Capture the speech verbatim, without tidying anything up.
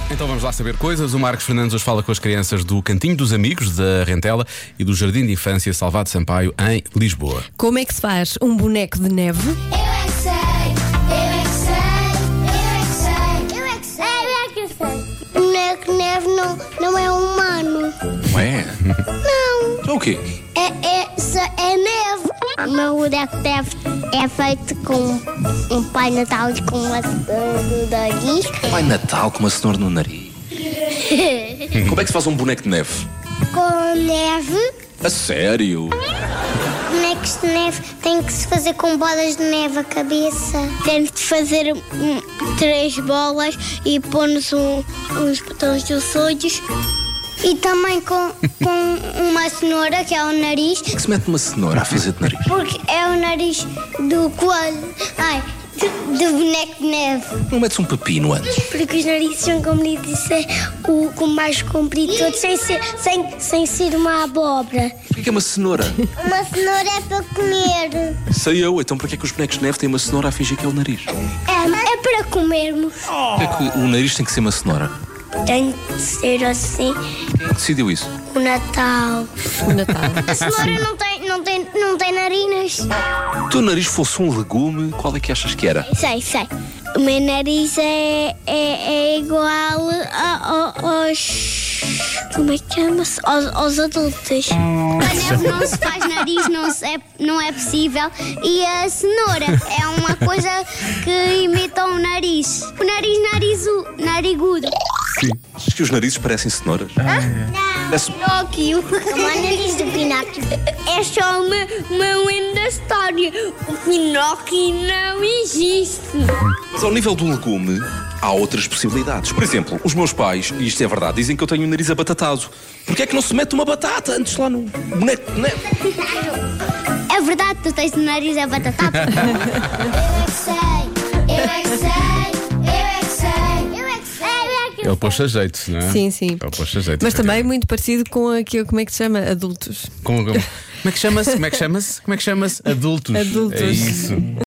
Então vamos lá saber coisas. O Marcos Fernandes hoje fala com as crianças do Cantinho dos Amigos da Rentela e do Jardim de Infância Salvado Sampaio em Lisboa. Como é que se faz um boneco de neve? Eu é que sei, eu é que sei, eu é que sei, eu é que sei, eu é que sei. Boneco de neve não, não é humano. Não é? Não, Então o quê? é, é, só é neve. O meu boneco de neve é feito com um Pai Natal e com uma cenoura no nariz. Pai Natal com uma cenoura no nariz. Como é que se faz um boneco de neve? Com neve. A sério? Bonecos de neve tem que se fazer com bolas de neve a cabeça. Tem de fazer hum, três bolas e pôr-nos um, uns botões dos olhos. E também com, com uma cenoura, que é o nariz, Por que se mete uma cenoura à fisa de nariz? porque é o nariz do coelho. Ai, do, do boneco de neve. Não metes um pepino antes? Porque os narizes são, como lhe disse, o, o mais comprido todo, sem ser, sem, sem ser uma abóbora. Por que é uma cenoura? Uma cenoura é para comer. Sei eu, então para que é que os bonecos de neve têm uma cenoura a fingir que é o nariz? É, é para comermos. Por que é que o nariz tem que ser uma cenoura? Tem de ser assim Quem decidiu isso? o Natal. O Natal. A cenoura não tem, não tem, não tem narinas. O teu nariz fosse um legume, qual é que achas que era? Sei, sei. O meu nariz é, é, é igual a- a- aos. Como é que chama-se? Aos, aos adultos. A neve não se faz nariz, não, se é, não é possível. E a cenoura é uma coisa que imita o nariz. O nariz, narizu, narigudo. Achas que os narizes parecem cenouras? Parece... Pinóquio. Como o nariz do Pinóquio. É só uma, uma lenda história. O Pinóquio não existe. Mas ao nível do legume, há outras possibilidades. Por exemplo, os meus pais, e isto é verdade, dizem que eu tenho o nariz abatatado. Porquê é que não se mete uma batata antes lá no boneco de neve? É verdade, tu tens o nariz abatatado. Eu é que sei, eu é que sei, eu é que sei, eu é que sei, eu é que Ele pôs a jeito, não é? Sim, sim. Ele pôs a jeito. Mas também muito parecido com aquilo, como é que se chama? Adultos. Com, com... Como é que chama-se? Como é que chama-se? Como é que chama-se? Adultos. Adultos. É isso.